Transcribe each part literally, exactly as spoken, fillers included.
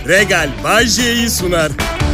Regal Bajje'yi sunar.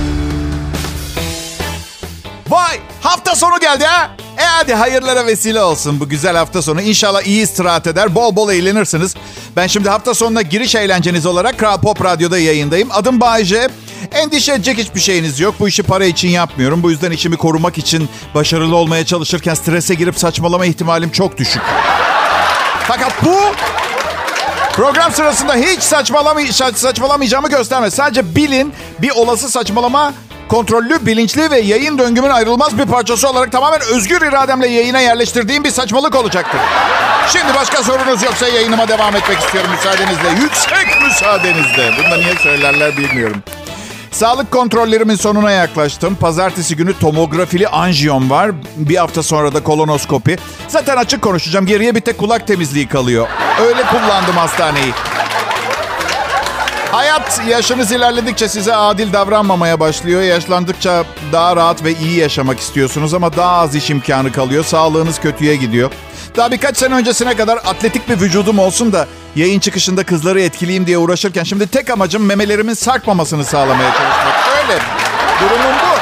Vay, hafta sonu geldi ha. E hadi hayırlara vesile olsun bu güzel hafta sonu. İnşallah iyi istirahat eder, bol bol eğlenirsiniz. Ben şimdi hafta sonuna giriş eğlenceniz olarak Kral Pop Radyo'da yayındayım. Adım Bayce. Endişe edecek hiçbir şeyiniz yok. Bu işi para için yapmıyorum. Bu yüzden işimi korumak için başarılı olmaya çalışırken strese girip saçmalama ihtimalim çok düşük. Fakat bu program sırasında hiç saçmalamay- saçmalamayacağımı göstermez. Sadece bilin, bir olası saçmalama kontrollü, bilinçli ve yayın döngümün ayrılmaz bir parçası olarak tamamen özgür irademle yayına yerleştirdiğim bir saçmalık olacaktır. Şimdi başka sorunuz yoksa yayınıma devam etmek istiyorum müsaadenizle. Yüksek müsaadenizle. Bunu da niye söylerler bilmiyorum. Sağlık kontrollerimin sonuna yaklaştım. Pazartesi günü tomografili anjiyom var. Bir hafta sonra da kolonoskopi. Zaten açık konuşacağım. Geriye bir tek kulak temizliği kalıyor. Öyle kullandım hastaneyi. Hayat yaşınız ilerledikçe size adil davranmamaya başlıyor. Yaşlandıkça daha rahat ve iyi yaşamak istiyorsunuz ama daha az iş imkanı kalıyor. Sağlığınız kötüye gidiyor. Daha birkaç sene öncesine kadar atletik bir vücudum olsun da yayın çıkışında kızları etkileyeyim diye uğraşırken şimdi tek amacım memelerimin sarkmamasını sağlamaya çalışmak. Öyle. Durumum bu.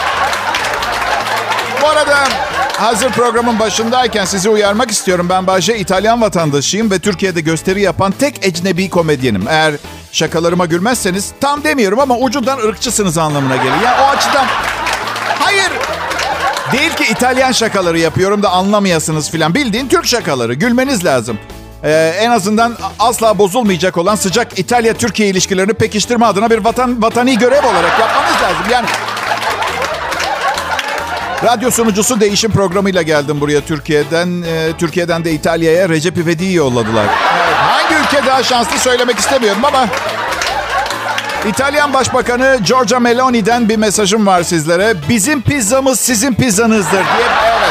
Bu arada hazır programın başındayken sizi uyarmak istiyorum. Ben Bayce, İtalyan vatandaşıyım ve Türkiye'de gösteri yapan tek ecnebi komedyenim. Eğer şakalarıma gülmezseniz tam demiyorum ama ucundan ırkçısınız anlamına gelir. Yani o açıdan hayır. Değil ki İtalyan şakaları yapıyorum da anlamayasınız filan. Bildiğin Türk şakaları. Gülmeniz lazım. Ee, en azından asla bozulmayacak olan sıcak İtalya-Türkiye ilişkilerini pekiştirme adına bir vatan vatani görev olarak yapmanız lazım. Yani radyo sunucusu değişim programıyla geldim buraya Türkiye'den. Ee, Türkiye'den de İtalya'ya Recep İvedik'i yolladılar. Evet, hangi ülke daha şanslı söylemek istemiyorum ama İtalyan Başbakanı Giorgia Meloni'den bir mesajım var sizlere. Bizim pizzamız sizin pizzanızdır diye. Evet.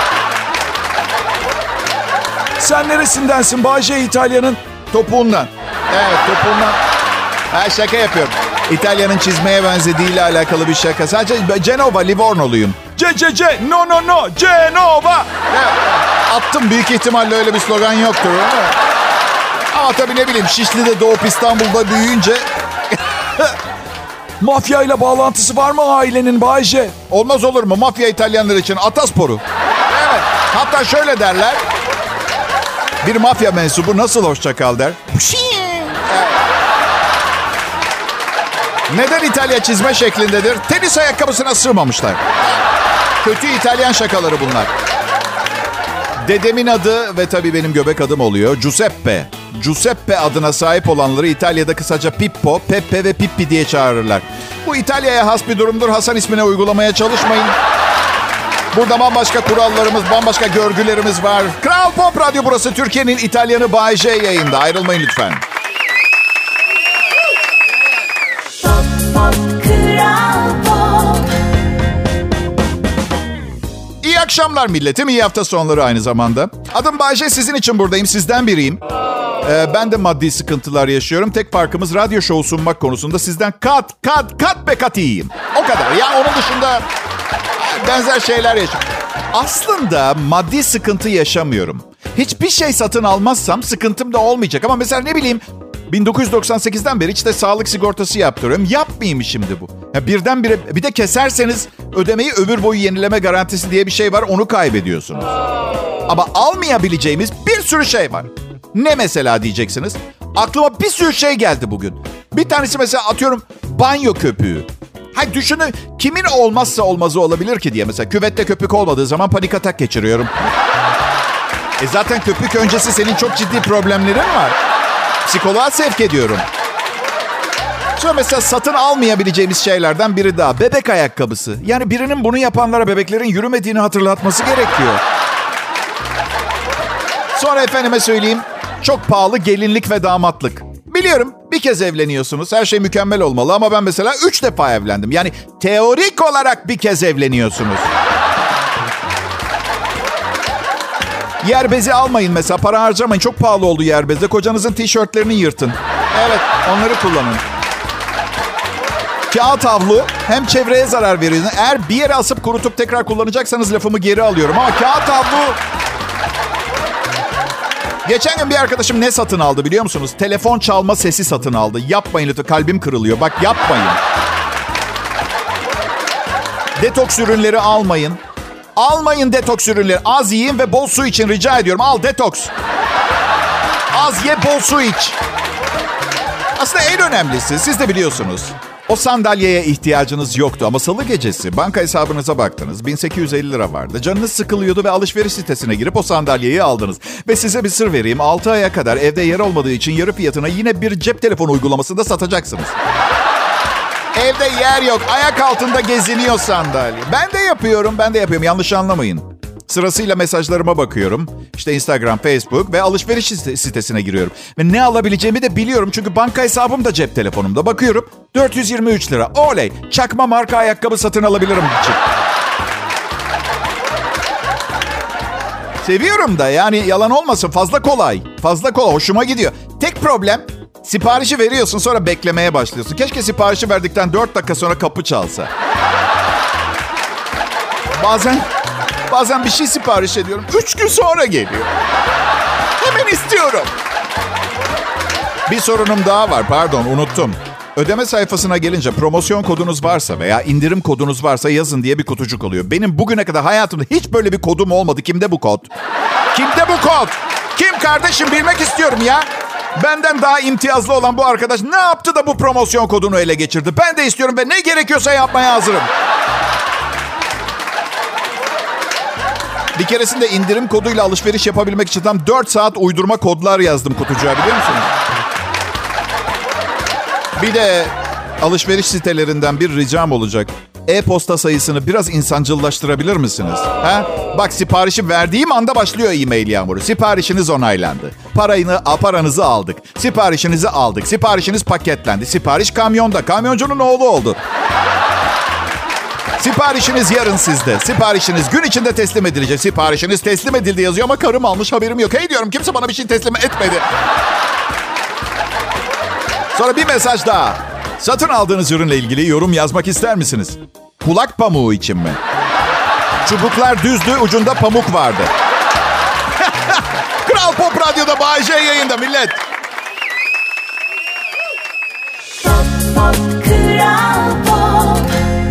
Sen neresindensin Bayce? İtalya'nın topuğundan. Evet, topuğundan. Ha, şaka yapıyorum. İtalya'nın çizmeye benzediğiyle alakalı bir şaka. Sadece Genova, Livornoluyum. C C C, no no no, Genova. Evet. Attım, büyük ihtimalle öyle bir slogan yoktur. Ama tabii ne bileyim, Şişli'de doğup İstanbul'da büyüyünce... Mafya ile bağlantısı var mı ailenin Bayce? Olmaz olur mu? Mafya İtalyanlar için atasporu. Evet. Hatta şöyle derler. Bir mafya mensubu nasıl hoşça kal der? Evet. Neden İtalya çizme şeklindedir? Tenis ayakkabısına sığmamışlar. Kötü İtalyan şakaları bunlar. Dedemin adı ve tabii benim göbek adım oluyor. Giuseppe. Giuseppe adına sahip olanları İtalya'da kısaca Pippo, Peppe ve Pippi diye çağırırlar. Bu İtalya'ya has bir durumdur. Hasan ismine uygulamaya çalışmayın. Burada bambaşka kurallarımız, bambaşka görgülerimiz var. Kral Pop Radyo burası. Türkiye'nin İtalyanı Bay J yayında. Ayrılmayın lütfen. Pop, pop, Kral Pop. İyi akşamlar milletim. İyi hafta sonları aynı zamanda. Adım Bay J. Sizin için buradayım. Sizden biriyim. Ee, ben de maddi sıkıntılar yaşıyorum. Tek farkımız radyo şovu sunmak konusunda sizden kat kat kat be kat iyiyim. O kadar. Ya onun dışında benzer şeyler yaşıyorum. Aslında maddi sıkıntı yaşamıyorum. Hiçbir şey satın almazsam sıkıntım da olmayacak. Ama mesela ne bileyim bin dokuz yüz doksan sekizden beri işte sağlık sigortası yaptırıyorum. Yapmayayım şimdi bu. Ya birdenbire bir de keserseniz ödemeyi ömür boyu yenileme garantisi diye bir şey var. Onu kaybediyorsunuz. Ama almayabileceğimiz bir sürü şey var. Ne mesela diyeceksiniz? Aklıma bir sürü şey geldi bugün. Bir tanesi mesela atıyorum banyo köpüğü. Hayır düşünün, kimin olmazsa olmazı olabilir ki diye. Mesela küvette köpük olmadığı zaman panik atak geçiriyorum. E zaten köpük öncesi senin çok ciddi problemlerin var. Psikoloğa sevk ediyorum. Sonra mesela satın almayabileceğimiz şeylerden biri daha. Bebek ayakkabısı. Yani birinin bunu yapanlara bebeklerin yürümediğini hatırlatması gerekiyor. Sonra efendime söyleyeyim, çok pahalı gelinlik ve damatlık. Biliyorum bir kez evleniyorsunuz. Her şey mükemmel olmalı ama ben mesela üç defa evlendim. Yani teorik olarak bir kez evleniyorsunuz. Yer bezi almayın mesela. Para harcamayın. Çok pahalı oldu yer bezi. Kocanızın tişörtlerini yırtın. Evet, onları kullanın. Kağıt havlu hem çevreye zarar veriyor. Eğer bir yere asıp kurutup tekrar kullanacaksanız lafımı geri alıyorum. Ama kağıt havlu... Geçen gün bir arkadaşım ne satın aldı biliyor musunuz? Telefon çalma sesi satın aldı. Yapmayın lütfen, kalbim kırılıyor. Bak yapmayın. Detoks ürünleri almayın. Almayın detoks ürünleri. Az yiyin ve bol su için rica ediyorum. Al detoks. Az ye, bol su iç. Aslında en önemlisi, siz de biliyorsunuz. O sandalyeye ihtiyacınız yoktu ama salı gecesi banka hesabınıza baktınız. bin sekiz yüz elli lira vardı. Canınız sıkılıyordu ve alışveriş sitesine girip o sandalyeyi aldınız. Ve size bir sır vereyim. altı aya kadar evde yer olmadığı için yarı fiyatına yine bir cep telefonu uygulamasında satacaksınız. Evde yer yok. Ayak altında geziniyor sandalye. Ben de yapıyorum, ben de yapıyorum. Yanlış anlamayın. Sırasıyla mesajlarıma bakıyorum. İşte Instagram, Facebook ve alışveriş sitesine giriyorum. Ve ne alabileceğimi de biliyorum. Çünkü banka hesabım da cep telefonumda. Bakıyorum dört yüz yirmi üç lira. Oley! Çakma marka ayakkabı satın alabilirim. Seviyorum da yani yalan olmasın. Fazla kolay. Fazla kolay. Hoşuma gidiyor. Tek problem siparişi veriyorsun sonra beklemeye başlıyorsun. Keşke siparişi verdikten dört dakika sonra kapı çalsa. Bazen... Bazen bir şey sipariş ediyorum. Üç gün sonra geliyor. Hemen istiyorum. Bir sorunum daha var. Pardon, unuttum. Ödeme sayfasına gelince promosyon kodunuz varsa veya indirim kodunuz varsa yazın diye bir kutucuk oluyor. Benim bugüne kadar hayatımda hiç böyle bir kodum olmadı. Kimde bu kod? Kimde bu kod? Kim kardeşim, bilmek istiyorum ya. Benden daha imtiyazlı olan bu arkadaş ne yaptı da bu promosyon kodunu ele geçirdi? Ben de istiyorum ve ne gerekiyorsa yapmaya hazırım. Bir keresinde indirim koduyla alışveriş yapabilmek için tam dört saat uydurma kodlar yazdım kutucuğa, biliyor musunuz? Bir de alışveriş sitelerinden bir ricam olacak. E-posta sayısını biraz insancıllaştırabilir misiniz? Ha? Bak, siparişi verdiğim anda başlıyor e-mail yağmuru. Siparişiniz onaylandı. Parayını, paranızı aldık. Siparişinizi aldık. Siparişiniz paketlendi. Sipariş kamyonda. Kamyoncunun oğlu oldu. Siparişiniz yarın sizde. Siparişiniz gün içinde teslim edilecek. Siparişiniz teslim edildi yazıyor ama karım almış, haberim yok. Hey diyorum, kimse bana bir şey teslim etmedi. Sonra bir mesaj daha. Satın aldığınız ürünle ilgili yorum yazmak ister misiniz? Kulak pamuğu için mi? Çubuklar düzdü, ucunda pamuk vardı. Kral Pop Radyo'da Bay J yayında millet. Pop, pop, Kral Pop.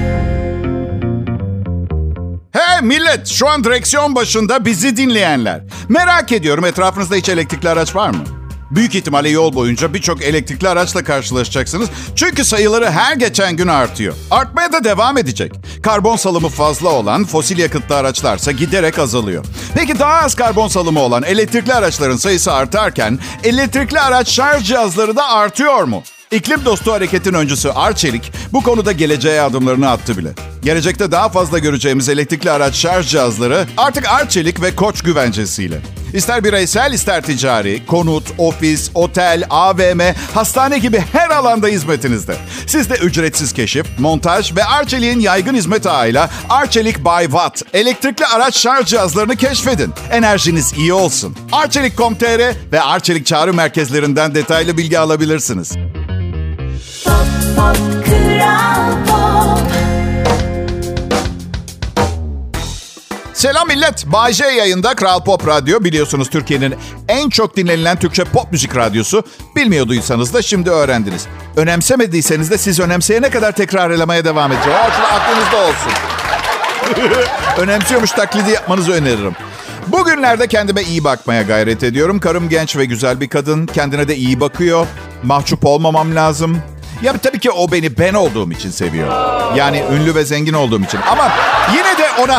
Hey millet, şu an direksiyon başında bizi dinleyenler. Merak ediyorum, etrafınızda hiç elektrikli araç var mı? Büyük ihtimalle yol boyunca birçok elektrikli araçla karşılaşacaksınız. Çünkü sayıları her geçen gün artıyor. Artmaya da devam edecek. Karbon salımı fazla olan fosil yakıtlı araçlarsa giderek azalıyor. Peki daha az karbon salımı olan elektrikli araçların sayısı artarken elektrikli araç şarj cihazları da artıyor mu? İklim dostu hareketin öncüsü Arçelik bu konuda geleceğe adımlarını attı bile. Gelecekte daha fazla göreceğimiz elektrikli araç şarj cihazları artık Arçelik ve Koç güvencesiyle. İster bireysel ister ticari, konut, ofis, otel, A V M, hastane gibi her alanda hizmetinizde. Siz de ücretsiz keşif, montaj ve Arçelik'in yaygın hizmet ağıyla Arçelik by Watt elektrikli araç şarj cihazlarını keşfedin. Enerjiniz iyi olsun. Arçelik nokta com nokta tr ve Arçelik çağrı merkezlerinden detaylı bilgi alabilirsiniz. Pop, pop, Kral Pop. Selam millet. Bay J yayında Kral Pop Radyo. Biliyorsunuz Türkiye'nin en çok dinlenilen Türkçe pop müzik radyosu. Bilmiyorduysanız da şimdi öğrendiniz. Önemsemediyseniz de siz önemseyene kadar tekrarlamaya devam edeceğim. O açıdan aklınızda olsun. Önemsiyormuş taklidi yapmanızı öneririm. Bugünlerde kendime iyi bakmaya gayret ediyorum. Karım genç ve güzel bir kadın. Kendine de iyi bakıyor. Mahcup olmamam lazım. Ya tabii ki o beni ben olduğum için seviyor. Yani ünlü ve zengin olduğum için. Ama yine de ona...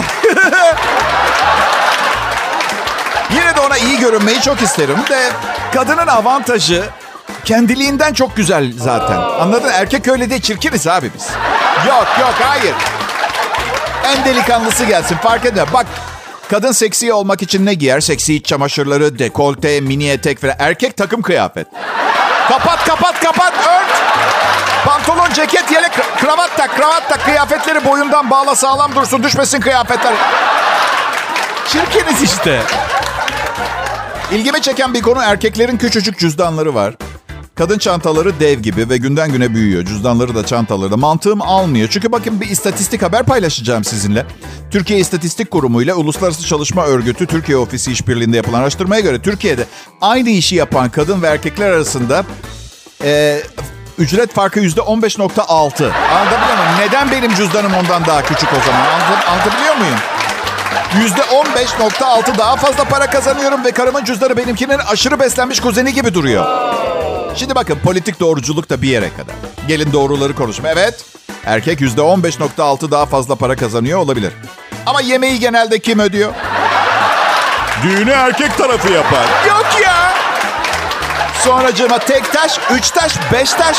yine de ona iyi görünmeyi çok isterim. De kadının avantajı kendiliğinden çok güzel zaten. Anladın? Erkek öyle değil, çirkiniz abi biz. Yok yok hayır. En delikanlısı gelsin, fark etme. Bak, kadın seksi olmak için ne giyer? Seksi iç çamaşırları, dekolte, mini etek falan. Erkek takım kıyafet. Kapat kapat kapat ört. Pantolon, ceket, yelek, kravat tak, kravat tak. Kıyafetleri boyundan bağla, sağlam dursun, düşmesin kıyafetler. Çirkiniz işte. İlgimi çeken bir konu, erkeklerin küçücük cüzdanları var. Kadın çantaları dev gibi ve günden güne büyüyor. Cüzdanları da çantaları da. Mantığım almıyor. Çünkü bakın bir istatistik haber paylaşacağım sizinle. Türkiye İstatistik Kurumu ile Uluslararası Çalışma Örgütü Türkiye Ofisi işbirliğinde yapılan araştırmaya göre Türkiye'de aynı işi yapan kadın ve erkekler arasında e, ücret farkı yüzde on beş nokta altı. Anlatabiliyor muyum? Neden benim cüzdanım ondan daha küçük o zaman? Anlat, anlatabiliyor muyum? yüzde on beş nokta altı daha fazla para kazanıyorum ve karımın cüzdanı benimkinin aşırı beslenmiş kuzeni gibi duruyor. Şimdi bakın, politik doğruculuk da bir yere kadar. Gelin doğruları konuşalım. Evet, erkek yüzde on beş nokta altı daha fazla para kazanıyor olabilir. Ama yemeği genelde kim ödüyor? Düğünü erkek tarafı yapar. Yok ya. Sonracığıma tek taş, üç taş, beş taş.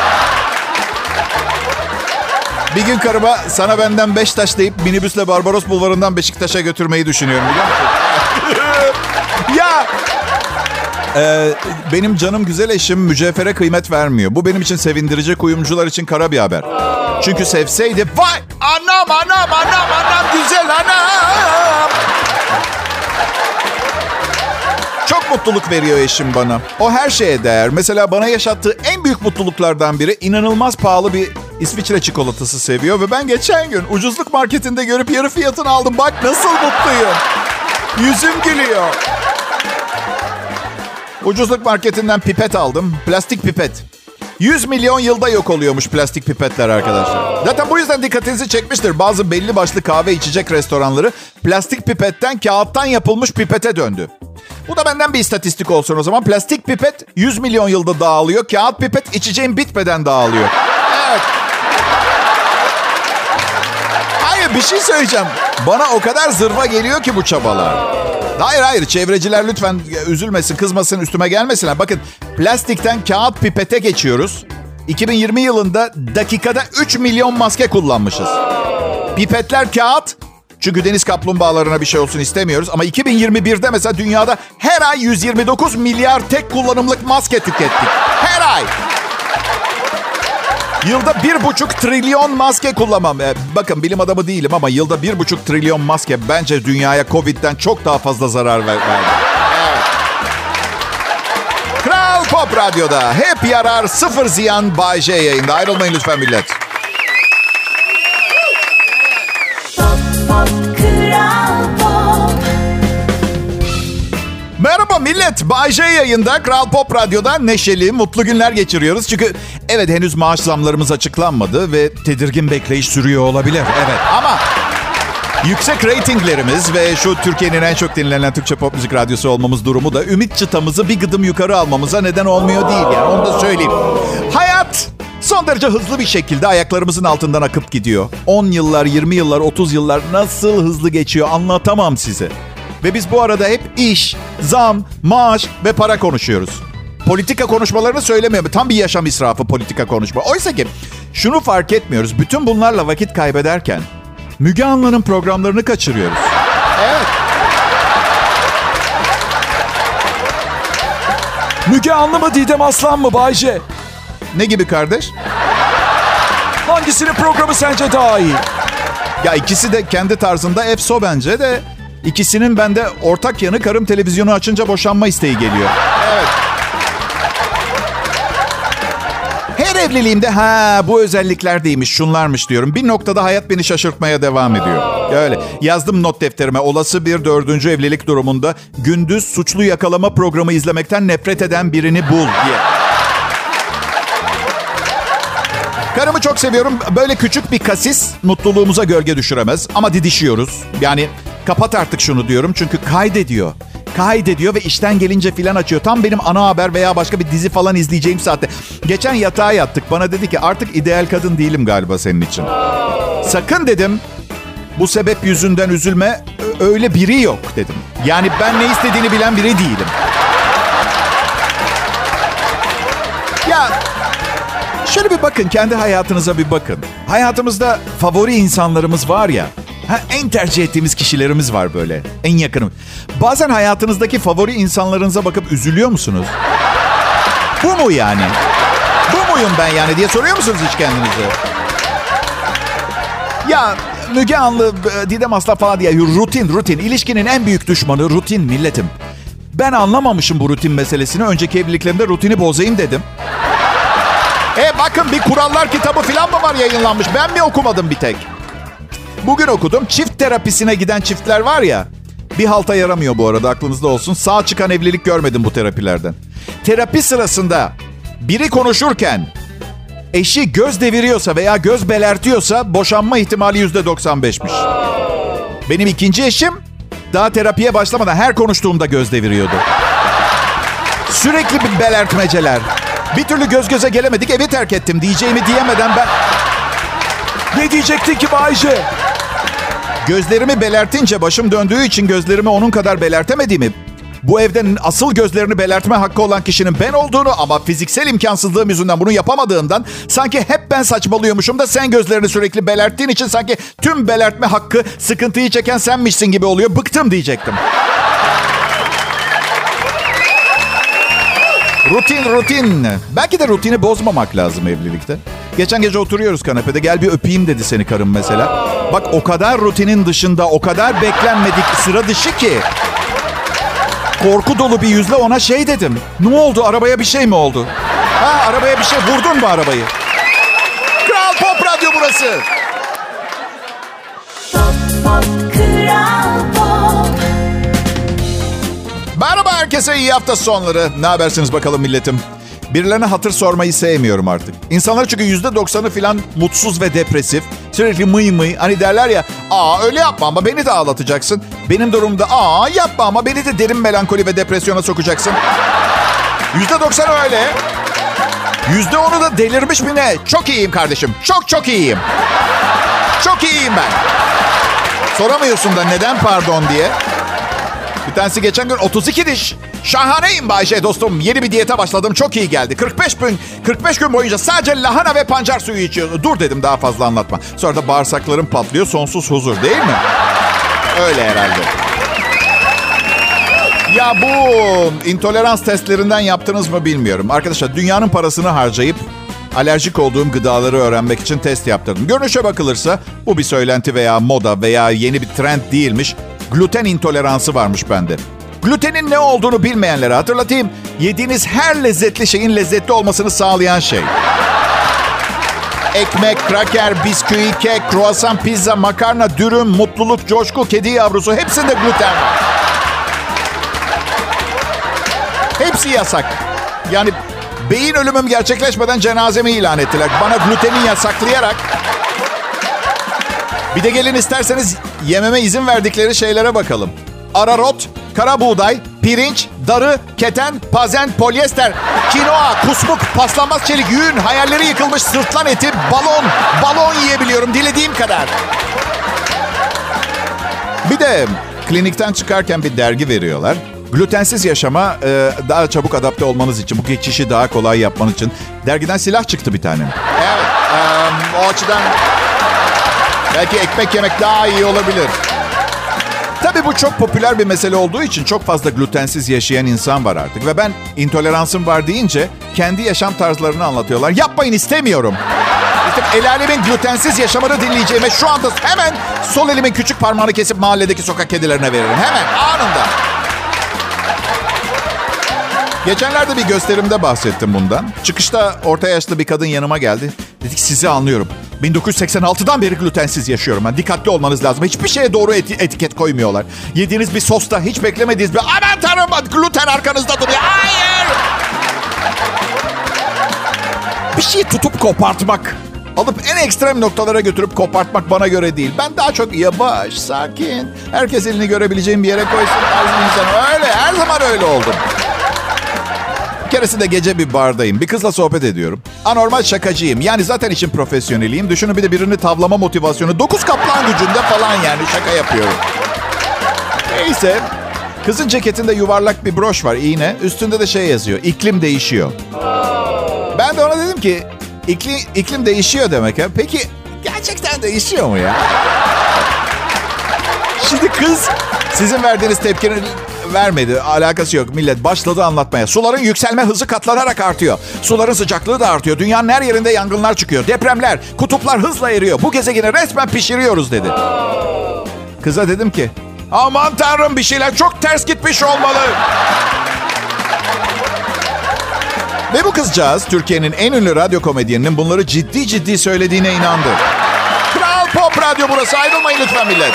Bir gün karıma sana benden beş taş deyip minibüsle Barbaros Bulvarı'ndan Beşiktaş'a götürmeyi düşünüyorum, biliyor musun? Ya e, benim canım güzel eşim mücevhere kıymet vermiyor. Bu benim için sevindirici, kuyumcular için kara bir haber. Çünkü sevseydi, vay anam anam anam anam güzel anam. Çok mutluluk veriyor eşim bana. O her şeye değer. Mesela bana yaşattığı en büyük mutluluklardan biri inanılmaz pahalı bir İsviçre çikolatası seviyor. Ve ben geçen gün ucuzluk marketinde görüp yarı fiyatını aldım. Bak nasıl mutluyum. Yüzüm gülüyor. Ucuzluk marketinden pipet aldım. Plastik pipet. yüz milyon yılda yok oluyormuş plastik pipetler arkadaşlar. Zaten bu yüzden dikkatinizi çekmiştir. Bazı belli başlı kahve içecek restoranları plastik pipetten, kağıttan yapılmış pipete döndü. Bu da benden bir istatistik olsun o zaman. Plastik pipet yüz milyon yılda dağılıyor. Kağıt pipet içeceğin bitmeden dağılıyor. Evet. Hayır, bir şey söyleyeceğim. Bana o kadar zırva geliyor ki bu çabalar. Hayır hayır, çevreciler lütfen üzülmesin, kızmasın, üstüme gelmesinler. Bakın, plastikten kağıt pipete geçiyoruz. iki bin yirmi yılında dakikada üç milyon maske kullanmışız. Pipetler kağıt. Çünkü deniz kaplumbağalarına bir şey olsun istemiyoruz. Ama iki bin yirmi birde mesela dünyada her ay yüz yirmi dokuz milyar tek kullanımlık maske tükettik. Her ay. Yılda bir buçuk trilyon maske kullanmam. Ee, bakın, bilim adamı değilim ama yılda bir buçuk trilyon maske bence dünyaya Covid'den çok daha fazla zarar verdi. Evet. Kral Pop Radyo'da hep yarar sıfır ziyan Bay J yayında. Ayrılmayın lütfen millet. Merhaba millet. Bay J yayında, Kral Pop Radyo'da neşeli, mutlu günler geçiriyoruz. Çünkü evet, henüz maaş zamlarımız açıklanmadı ve tedirgin bekleyiş sürüyor olabilir. Evet, ama yüksek reytinglerimiz ve şu Türkiye'nin en çok dinlenen Türkçe pop müzik radyosu olmamız durumu da ümit çıtamızı bir gıdım yukarı almamıza neden olmuyor değil yani. Onu da söyleyeyim. Hayat son derece hızlı bir şekilde ayaklarımızın altından akıp gidiyor. on yıllar, yirmi yıllar, otuz yıllar nasıl hızlı geçiyor anlatamam size. Ve biz bu arada hep iş, zam, maaş ve para konuşuyoruz. Politika konuşmalarını söylemiyorum. Tam bir yaşam israfı politika konuşma. Oysa ki şunu fark etmiyoruz. Bütün bunlarla vakit kaybederken Müge Anlı'nın programlarını kaçırıyoruz. Evet. Müge Anlı mı, Didem Aslan mı Bay J? Ne gibi kardeş? Hangisinin programı sence daha iyi? Ya ikisi de kendi tarzında efso bence de. İkisinin bende ortak yanı, karım televizyonu açınca boşanma isteği geliyor. Evet. Her evliliğimde ha bu özellikler değilmiş, şunlarmış diyorum. Bir noktada hayat beni şaşırtmaya devam ediyor. Öyle. Yazdım not defterime, olası bir dördüncü evlilik durumunda gündüz suçlu yakalama programı izlemekten nefret eden birini bul diye. Karımı çok seviyorum. Böyle küçük bir kasis mutluluğumuza gölge düşüremez. Ama didişiyoruz. Yani kapat artık şunu diyorum. Çünkü kaydediyor. Kaydediyor ve işten gelince filan açıyor. Tam benim ana haber veya başka bir dizi falan izleyeceğim saatte. Geçen yatağa yattık. Bana dedi ki artık ideal kadın değilim galiba senin için. Sakın dedim, bu sebep yüzünden üzülme. Öyle biri yok dedim. Yani ben ne istediğini bilen biri değilim. Ya şöyle bir bakın, kendi hayatınıza bir bakın. Hayatımızda favori insanlarımız var ya. Ha, en tercih ettiğimiz kişilerimiz var böyle. En yakınım. Bazen hayatınızdaki favori insanlarınıza bakıp üzülüyor musunuz? Bu mu yani? Bu muyum ben yani diye soruyor musunuz hiç kendinize? Ya Müge Anlı, Didem Aslan falan diye rutin, rutin. İlişkinin en büyük düşmanı rutin milletim. Ben anlamamışım bu rutin meselesini. Önceki evliliklerimde rutini bozayım dedim. E bakın bir kurallar kitabı falan mı var yayınlanmış? Ben mi okumadım bir tek? Bugün okudum. Çift terapisine giden çiftler var ya. Bir halta yaramıyor bu arada, aklınızda olsun. Sağ çıkan evlilik görmedim bu terapilerden. Terapi sırasında biri konuşurken eşi göz deviriyorsa veya göz belertiyorsa boşanma ihtimali yüzde doksan beşmiş. Benim ikinci eşim daha terapiye başlamadan her konuştuğumda göz deviriyordu. Sürekli bir belertmeceler. Bir türlü göz göze gelemedik, evi terk ettim diyeceğimi diyemeden ben... Ne diyecektin ki Bayce? Gözlerimi belertince başım döndüğü için gözlerimi onun kadar belertemediğimi, bu evde asıl gözlerini belertme hakkı olan kişinin ben olduğunu ama fiziksel imkansızlığım yüzünden bunu yapamadığımdan sanki hep ben saçmalıyormuşum da sen gözlerini sürekli belerttiğin için sanki tüm belertme hakkı sıkıntıyı çeken senmişsin gibi oluyor. Bıktım diyecektim. Rutin, rutin. Belki de rutini bozmamak lazım evlilikte. Geçen gece oturuyoruz kanepede. Gel bir öpeyim dedi seni karım mesela. Bak o kadar rutinin dışında, o kadar beklenmedik, sıra dışı ki. Korku dolu bir yüzle ona şey dedim. Ne oldu? Arabaya bir şey mi oldu? Ha, arabaya bir şey, vurdun mu arabayı? Kral Pop Radyo burası. Pop, pop, Kral Pop. Merhaba herkese, iyi hafta sonları. Ne habersiniz bakalım milletim? Birilerine hatır sormayı sevmiyorum artık. İnsanlar çünkü yüzde doksanı falan mutsuz ve depresif. Sürekli mıy mıy. Hani derler ya, aa öyle yapma ama beni de ağlatacaksın. Benim durumda aa yapma ama beni de derin melankoli ve depresyona sokacaksın. Yüzde doksan öyle. Yüzde onu da delirmiş mi ne? Çok iyiyim kardeşim. Çok çok iyiyim. Çok iyiyim ben. Soramıyorsun da neden pardon diye. Bir tanesi geçen gün otuz iki diş. Şahaneyim Bayşe dostum. Yeni bir diyete başladım. Çok iyi geldi. kırk beş gün kırk beş gün boyunca sadece lahana ve pancar suyu içiyor. Dur dedim, daha fazla anlatma. Sonra da bağırsaklarım patlıyor. Sonsuz huzur değil mi? Öyle herhalde. Ya bu intolerans testlerinden yaptınız mı bilmiyorum. Arkadaşlar dünyanın parasını harcayıp alerjik olduğum gıdaları öğrenmek için test yaptırdım. Görünüşe bakılırsa bu bir söylenti veya moda veya yeni bir trend değilmiş. Gluten intoleransı varmış bende. Glutenin ne olduğunu bilmeyenlere hatırlatayım. Yediğiniz her lezzetli şeyin lezzetli olmasını sağlayan şey. Ekmek, kraker, bisküvi, kek, kruvasan, pizza, makarna, dürüm, mutluluk, coşku, kedi yavrusu, hepsinde gluten var. Hepsi yasak. Yani beyin ölümüm gerçekleşmeden cenazemi ilan ettiler. Bana gluteni yasaklayarak. Bir de gelin isterseniz yememe izin verdikleri şeylere bakalım. Ararot, kara buğday, pirinç, darı, keten, pazen, polyester, kinoa, kusmuk, paslanmaz çelik, yün, hayalleri yıkılmış sırtlan eti, balon, balon yiyebiliyorum dilediğim kadar. Bir de klinikten çıkarken bir dergi veriyorlar. Glutensiz yaşama e, daha çabuk adapte olmanız için, bu geçişi daha kolay yapmanız için. Dergiden silah çıktı bir tane. Evet, e, o açıdan belki ekmek yemek daha iyi olabilir. Tabii bu çok popüler bir mesele olduğu için çok fazla glutensiz yaşayan insan var artık. Ve ben intoleransım var deyince kendi yaşam tarzlarını anlatıyorlar. Yapmayın, istemiyorum. İşte el alemin glutensiz yaşamını dinleyeceğime şu anda hemen sol elimin küçük parmağını kesip mahalledeki sokak kedilerine veririm. Hemen, anında. Geçenlerde bir gösterimde bahsettim bundan. Çıkışta orta yaşlı bir kadın yanıma geldi. Dedi ki sizi anlıyorum. bin dokuz yüz seksen altıdan beri glutensiz yaşıyorum. Yani dikkatli olmanız lazım. Hiçbir şeye doğru eti- etiket koymuyorlar. Yediğiniz bir sosta hiç beklemediğiniz bir... Aman tanrım, gluten arkanızda duruyor. Hayır! Bir şeyi tutup kopartmak. Alıp en ekstrem noktalara götürüp kopartmak bana göre değil. Ben daha çok yavaş, sakin, herkes elini görebileceğim bir yere koysun tarzı insan. Öyle, her zaman öyle oldum. Bir keresinde gece bir bardayım. Bir kızla sohbet ediyorum. Anormal şakacıyım. Yani zaten işin profesyoneliyim. Düşünün bir de birini tavlama motivasyonu. Dokuz kaplan gücünde falan yani şaka yapıyorum. Neyse. Kızın ceketinde yuvarlak bir broş var, iğne. Üstünde de şey yazıyor. İklim değişiyor. Ben de ona dedim ki iklim, iklim değişiyor demek ha. Peki gerçekten değişiyor mu ya? Şimdi kız sizin verdiğiniz tepkinin vermedi. Alakası yok. Millet başladı anlatmaya. Suların yükselme hızı katlanarak artıyor. Suların sıcaklığı da artıyor. Dünyanın her yerinde yangınlar çıkıyor. Depremler, kutuplar hızla eriyor. Bu gezegeni resmen pişiriyoruz dedi. Kıza dedim ki aman tanrım, bir şeyler çok ters gitmiş olmalı. Ve bu kızcağız Türkiye'nin en ünlü radyo komedyeninin bunları ciddi ciddi söylediğine inandı. Kral Pop Radyo burası. Ayrılmayın lütfen millet.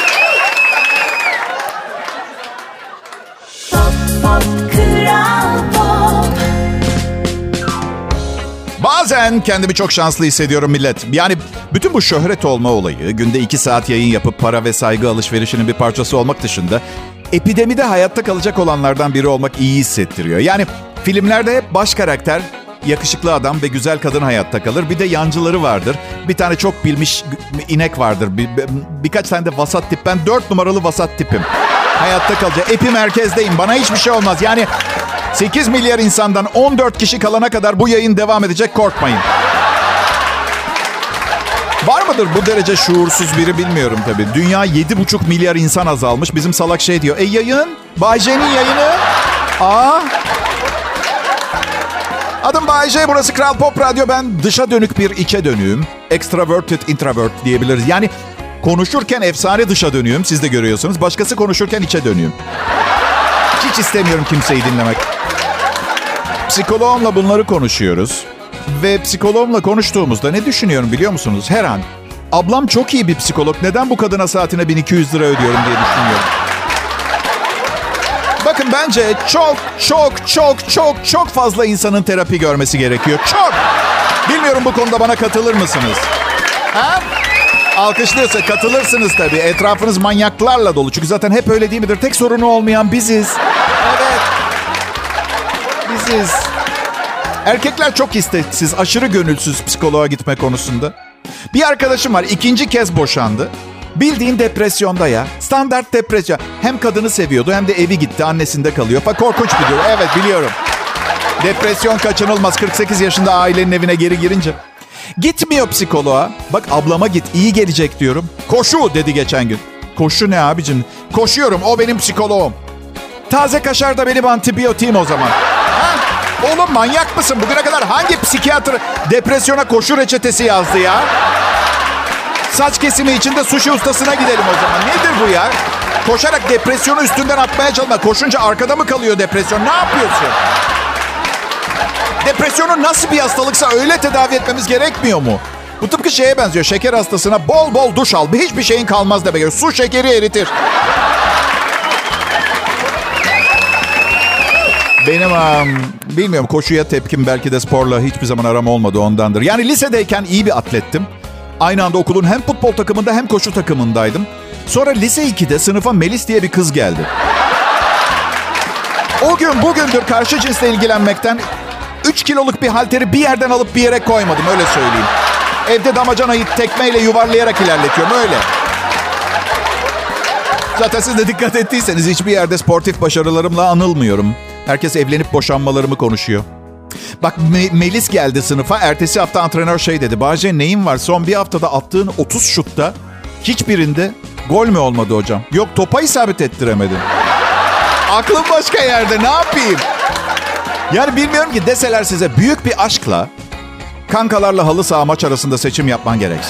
Pop, pop, Kral Pop. Bazen kendimi çok şanslı hissediyorum millet. Yani bütün bu şöhret olma olayı, günde iki saat yayın yapıp para ve saygı alışverişinin bir parçası olmak dışında epidemide hayatta kalacak olanlardan biri olmak iyi hissettiriyor. Yani filmlerde hep baş karakter, yakışıklı adam ve güzel kadın hayatta kalır. Bir de yancıları vardır. Bir tane çok bilmiş inek vardır. Bir, bir, birkaç tane de vasat tip. Ben dört numaralı vasat tipim. Hayatta kalacak. Epi merkezdeyim. Bana hiçbir şey olmaz. Yani sekiz milyar insandan on dört kişi kalana kadar bu yayın devam edecek. Korkmayın. Var mıdır bu derece şuursuz biri bilmiyorum tabii. Dünya yedi buçuk milyar insan azalmış. Bizim salak şey diyor. E yayın? Bay J'nin yayını? Aa. Adım Bay J, burası Kral Pop Radyo. Ben dışa dönük bir içe dönüğüm. Extroverted introvert diyebiliriz. Yani konuşurken efsane dışa dönüğüm. Siz de görüyorsunuz. Başkası konuşurken içe dönüğüm. Hiç istemiyorum kimseyi dinlemek. Psikoloğumla bunları konuşuyoruz. Ve psikoloğumla konuştuğumuzda ne düşünüyorum biliyor musunuz? Her an ablam çok iyi bir psikolog. Neden bu kadına saatine bin iki yüz lira ödüyorum diye düşünüyorum. Bakın bence çok çok çok çok çok fazla insanın terapi görmesi gerekiyor. Çok. Bilmiyorum bu konuda bana katılır mısınız? Ha? Alkışlıyorsa katılırsınız tabii. Etrafınız manyaklarla dolu. Çünkü zaten hep öyle değil midir? Tek sorunu olmayan biziz. Evet. Biziz. Erkekler çok isteksiz, aşırı gönülsüz psikoloğa gitme konusunda. Bir arkadaşım var, ikinci kez boşandı. Bildiğin depresyonda ya. Standart depresyon. Hem kadını seviyordu hem de evi gitti. Annesinde kalıyor. Fa korkunç bir durum. Evet biliyorum. Depresyon kaçınılmaz. kırk sekiz yaşında ailenin evine geri girince. Gitmiyor psikoloğa. Bak ablama git, iyi gelecek diyorum. Koşu dedi geçen gün. Koşu ne abicim? Koşuyorum, o benim psikoloğum. Taze kaşar da benim antibiyotiğim o zaman. Ha? Oğlum manyak mısın? Bugüne kadar hangi psikiyatr depresyona koşu reçetesi yazdı ya? Saç kesimi için de sushi ustasına gidelim o zaman. Nedir bu ya? Koşarak depresyonu üstünden atmaya çalışma. Koşunca arkada mı kalıyor depresyon? Ne yapıyorsun? Depresyonu nasıl bir hastalıksa öyle tedavi etmemiz gerekmiyor mu? Bu tıpkı şeye benziyor. Şeker hastasına bol bol duş al. Hiçbir şeyin kalmaz demek. Su şekeri eritir. Benim um, bilmiyorum koşuya tepkim belki de sporla hiçbir zaman aram olmadı ondandır. Yani lisedeyken iyi bir atlettim. Aynı anda okulun hem futbol takımında hem koşu takımındaydım. Sonra lise ikide sınıfa Melis diye bir kız geldi. O gün bugündür karşı cinsle ilgilenmekten üç kiloluk bir halteri bir yerden alıp bir yere koymadım öyle söyleyeyim. Evde damacanayı tekmeyle yuvarlayarak ilerletiyorum öyle. Zaten siz de dikkat ettiyseniz hiçbir yerde sportif başarılarımla anılmıyorum. Herkes evlenip boşanmalarımı konuşuyor. Bak Me- Melis geldi sınıfa. Ertesi hafta antrenör şey dedi. Bahçe neyin var? Son bir haftada attığın otuz şutta hiçbirinde gol mü olmadı hocam? Yok topa isabet ettiremedin. Aklım başka yerde ne yapayım? Yani bilmiyorum ki deseler size büyük bir aşkla kankalarla halı saha maç arasında seçim yapman gerekse.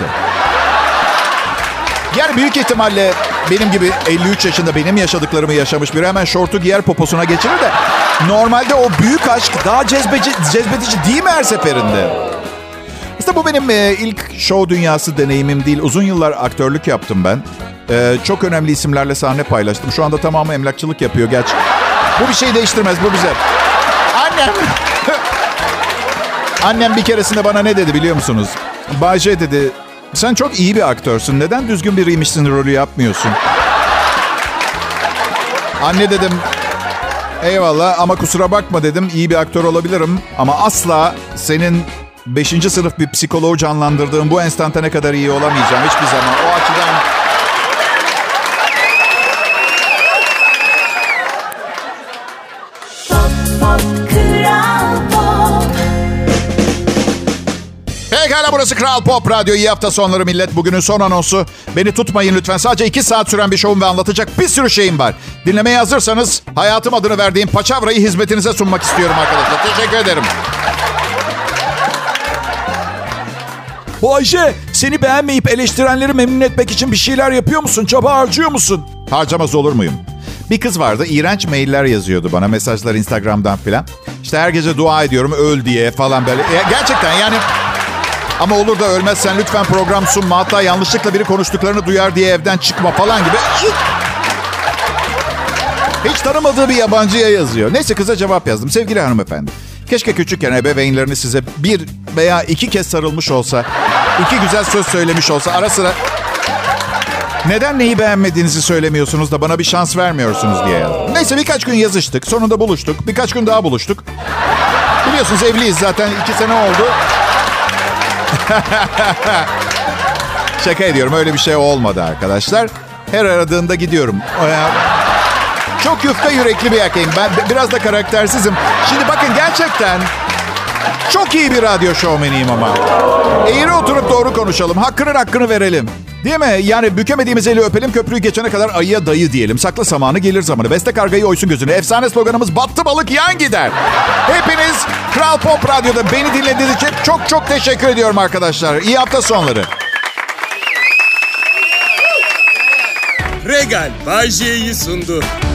Yani büyük ihtimalle benim gibi elli üç yaşında benim yaşadıklarımı yaşamış biri hemen şortu giyer poposuna geçirir de normalde o büyük aşk daha cezbeci, cezbedici değil mi her seferinde? Aslında bu benim e, ilk show dünyası deneyimim değil. Uzun yıllar aktörlük yaptım ben. E, çok önemli isimlerle sahne paylaştım. Şu anda tamamı emlakçılık yapıyor gerçi. Bu bir şey değiştirmez, bu güzel. Annem. Annem bir keresinde bana ne dedi biliyor musunuz? Bayce dedi, sen çok iyi bir aktörsün. Neden düzgün biriymişsin rolü yapmıyorsun? Anne dedim, eyvallah ama kusura bakma dedim. İyi bir aktör olabilirim ama asla senin beşinci sınıf bir psikoloğu canlandırdığın bu enstantane kadar iyi olamayacağım hiçbir zaman. O açıdan... Pop, pop, Kral Pop. Pekala burası Kral Pop Radyo. İyi hafta sonları millet. Bugünün son anonsu. Beni tutmayın lütfen. Sadece iki saat süren bir şovum ve anlatacak bir sürü şeyim var. Dinlemeye hazırsanız hayatım adını verdiğim paçavrayı hizmetinize sunmak istiyorum arkadaşlar. Teşekkür ederim. Bayce, seni beğenmeyip eleştirenleri memnun etmek için bir şeyler yapıyor musun? Çaba harcıyor musun? Harcamaz olur muyum? Bir kız vardı, iğrenç mailler yazıyordu bana, mesajlar Instagram'dan filan. İşte her gece dua ediyorum öl diye falan böyle. Ya gerçekten yani... Ama olur da ölmezsen lütfen program sunma. Hatta yanlışlıkla biri konuştuklarını duyar diye evden çıkma falan gibi. Hiç tanımadığı bir yabancıya yazıyor. Neyse kıza cevap yazdım. Sevgili hanımefendi, keşke küçükken ebeveynleriniz size bir veya iki kez sarılmış olsa, iki güzel söz söylemiş olsa, ara sıra neden neyi beğenmediğinizi söylemiyorsunuz da bana bir şans vermiyorsunuz diye yazdım. Neyse birkaç gün yazıştık. Sonunda buluştuk. Birkaç gün daha buluştuk. Biliyorsunuz evliyiz zaten. iki sene oldu. Şaka ediyorum. Öyle bir şey olmadı arkadaşlar. Her aradığında gidiyorum. Çok yufka yürekli bir erkeğim. Ben biraz da karaktersizim. Şimdi bakın gerçekten çok iyi bir radyo şovmeniyim ama. Eğri oturup doğru konuşalım. Hakkının hakkını verelim. Değil mi? Yani bükemediğimiz eli öpelim, köprüyü geçene kadar ayıya dayı diyelim. Sakla zamanı gelir zamanı. Beste kargayı oysun gözüne. Efsane sloganımız battı balık yan gider. Hepiniz Kral Pop Radyo'da beni dinlediğiniz için çok çok teşekkür ediyorum arkadaşlar. İyi hafta sonları. Regal Bay J'yi sundu.